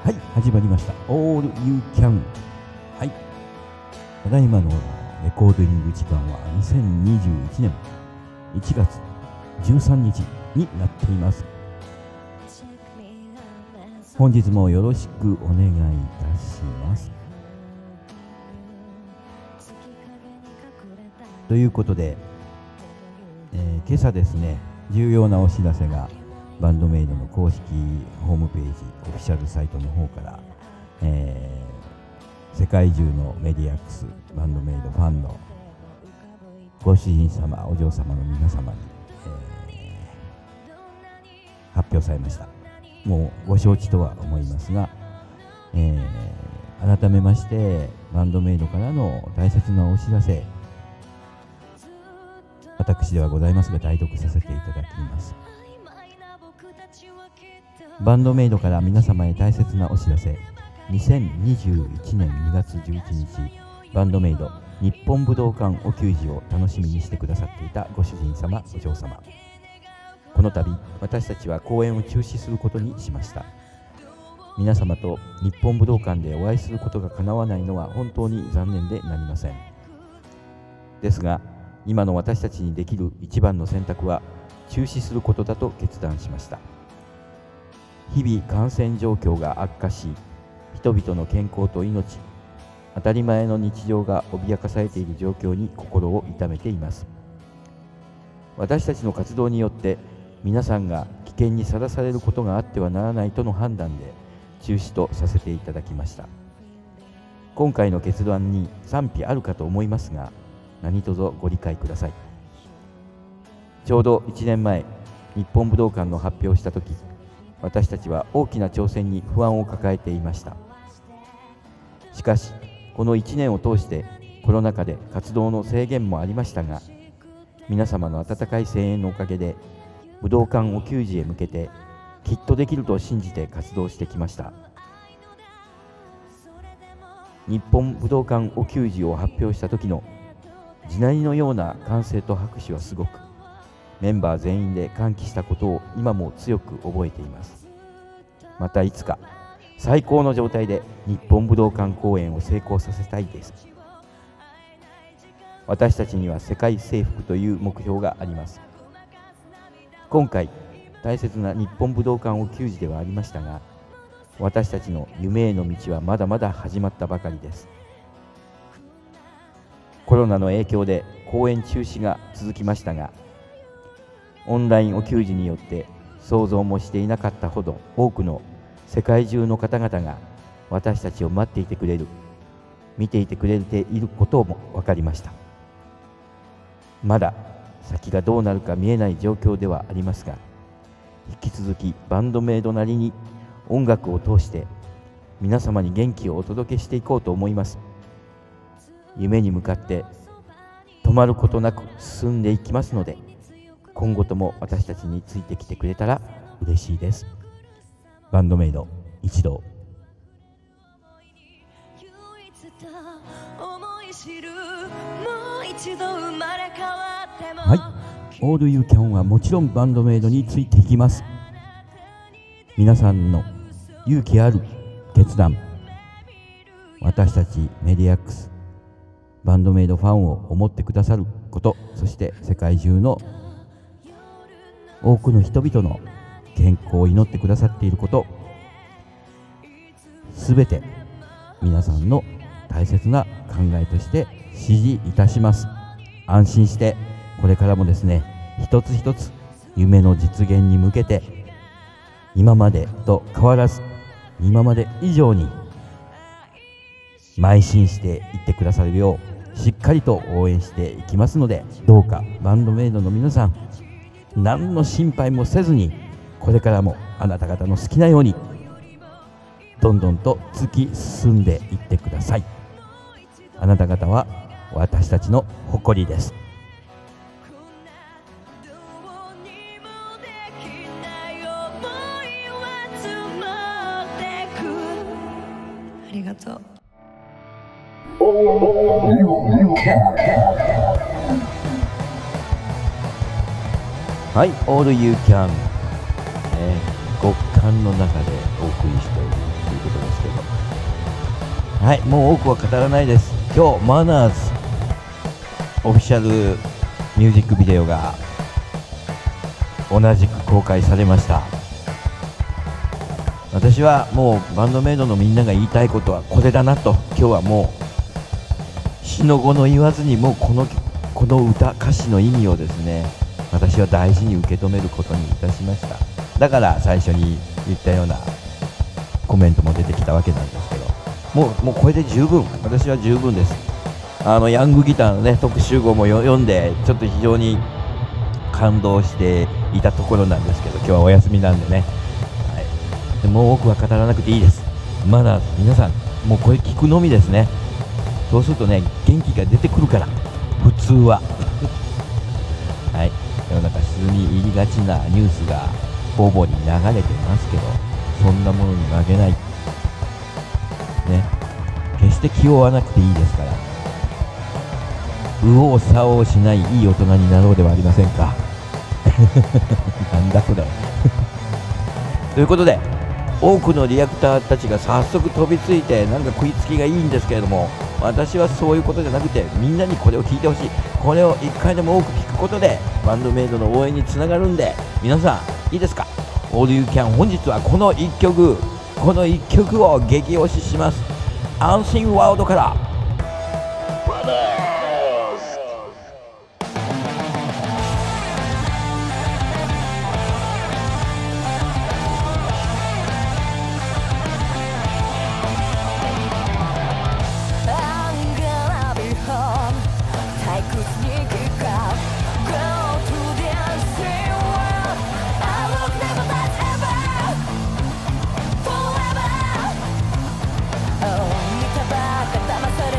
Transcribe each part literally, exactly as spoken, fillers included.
はい、始まりました。All You Can。はい。ただいまのレコーディング時間はにせんにじゅういちねんいちがつじゅうさんにちになっています。本日もよろしくお願いいたします。ということで、えー、今朝ですね、重要なお知らせがバンドメイドの公式ホームページオフィシャルサイトの方から、えー、世界中のメディアックスバンドメイドファンのご主人様お嬢様の皆様に、えー、発表されました。もうご承知とは思いますが、えー、改めましてバンドメイドからの大切なお知らせ、私ではございますが代読させていただきます。バンドメイドから皆様へ大切なお知らせ。にせんにじゅういちねんにがつじゅういちにち、バンドメイド日本武道館お給仕を楽しみにしてくださっていたご主人様お嬢様、この度私たちは公演を中止することにしました。皆様と日本武道館でお会いすることが叶わないのは本当に残念でなりません。ですが今の私たちにできる一番の選択は中止することだと決断しました。日々感染状況が悪化し、人々の健康と命、当たり前の日常が脅かされている状況に心を痛めています。私たちの活動によって皆さんが危険にさらされることがあってはならないとの判断で中止とさせていただきました。今回の決断に賛否あるかと思いますが、何卒ご理解ください。ちょうどいちねんまえ、日本武道館の発表をしたとき、私たちは大きな挑戦に不安を抱えていました。しかし、このいちねんを通してコロナ禍で活動の制限もありましたが、皆様の温かい声援のおかげで、武道館お給仕へ向けてきっとできると信じて活動してきました。日本武道館お給仕を発表した時の地鳴りのような歓声と拍手はすごく、メンバー全員で歓喜したことを今も強く覚えています。またいつか最高の状態で日本武道館公演を成功させたいです。私たちには世界征服という目標があります。今回大切な日本武道館を給仕ではありましたが、私たちの夢への道はまだまだ始まったばかりです。コロナの影響で公演中止が続きましたが、オンラインお給仕によって想像もしていなかったほど多くの世界中の方々が私たちを待っていてくれる、見ていてくれていることも分かりました。まだ先がどうなるか見えない状況ではありますが、引き続きバンドメイドなりに音楽を通して皆様に元気をお届けしていこうと思います。夢に向かって止まることなく進んでいきますので、今後とも私たちについてきてくれたら嬉しいです。バンドメイド一同。はい、オールユーキャンはもちろんバンドメイドについていきます。皆さんの勇気ある決断、私たちメディアックスバンドメイドファンを思ってくださること、そして世界中の多くの人々の健康を祈ってくださっていること、すべて皆さんの大切な考えとして支持いたします。安心してこれからもですね、一つ一つ夢の実現に向けて今までと変わらず、今まで以上に邁進していってくださるようしっかりと応援していきますので、どうかバンドメイドの皆さん、何の心配もせずにこれからもあなた方の好きなようにどんどんと突き進んでいってください。あなた方は私たちの誇りです。 ありがとう。 はい、オールユーキャン、えー、極寒の中でお送りしておりますということけど、はい、もう多くは語らないです。今日マナーズオフィシャルミュージックビデオが同じく公開されました。私はもうバンドメイドのみんなが言いたいことはこれだなと、今日はもう死の後の言わずに、もうこのこの歌歌詞の意味をですね、私は大事に受け止めることにいたしました。だから最初に言ったようなコメントも出てきたわけなんですけど、もうもうこれで十分、私は十分です。あのヤングギターのね特集号も読んで、ちょっと非常に感動していたところなんですけど、今日はお休みなんでね、はい、でもう多くは語らなくていいです。まだ皆さんもうこれ聞くのみですね。そうするとね元気が出てくるから、普通ははい、世の中沈み入りがちなニュースが方々に流れてますけど、そんなものに負けないね、決して気負わなくていいですから、右往左往しないいい大人になろうではありませんかなんだそれということで、多くのリアクターたちが早速飛びついて、なんか食いつきがいいんですけれども、私はそういうことじゃなくて、みんなにこれを聞いてほしい。これをいっかいでも多く聞くことでバンドメイドの応援につながるんで、皆さんいいですか。オールユーキャン、本日はこのいっきょくこのいっきょくを激推しします。アンシンワールドから見たばっか騙され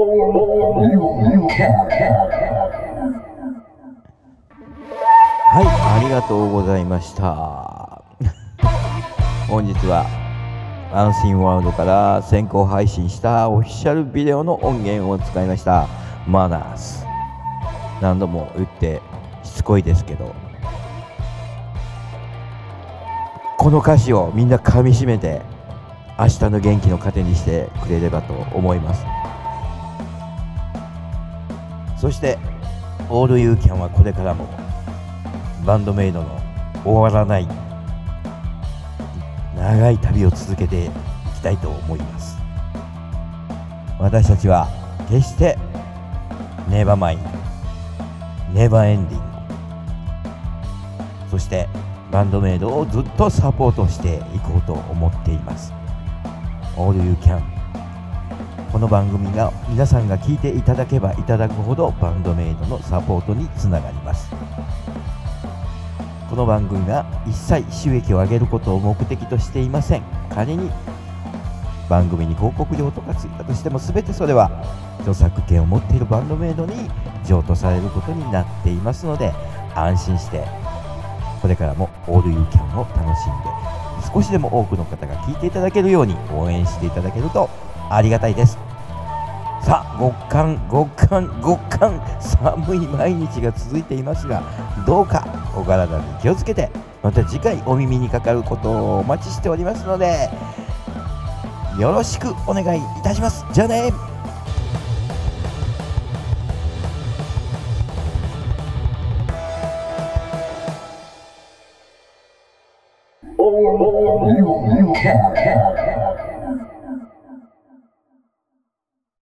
はい、ありがとうございました。本日はアンシンワールドから先行配信したオフィシャルビデオの音源を使いました。マナース。何度も言ってしつこいですけど、この歌詞をみんな噛みしめて明日の元気の糧にしてくれればと思います。そしてオールユーキャンはこれからもバンドメイドの終わらない長い旅を続けていきたいと思います。私たちは決してネバーマインド、ネバーエンディング、そしてバンドメイドをずっとサポートしていこうと思っています。オールユーキャン、この番組が皆さんが聞いていただけばいただくほどバンドメイドのサポートにつながります。この番組は一切収益を上げることを目的としていません。仮に番組に広告料とかついたとしても、全てそれは著作権を持っているバンドメイドに譲渡されることになっていますので、安心してこれからもオールユーキャンを楽しんで、少しでも多くの方が聞いていただけるように応援していただけるとありがたいです。さあ、極寒極寒極寒寒い毎日が続いていますが、どうかお体に気をつけて、また次回お耳にかかることをお待ちしておりますので、よろしくお願いいたします。じゃあね。 Oh, you, you can.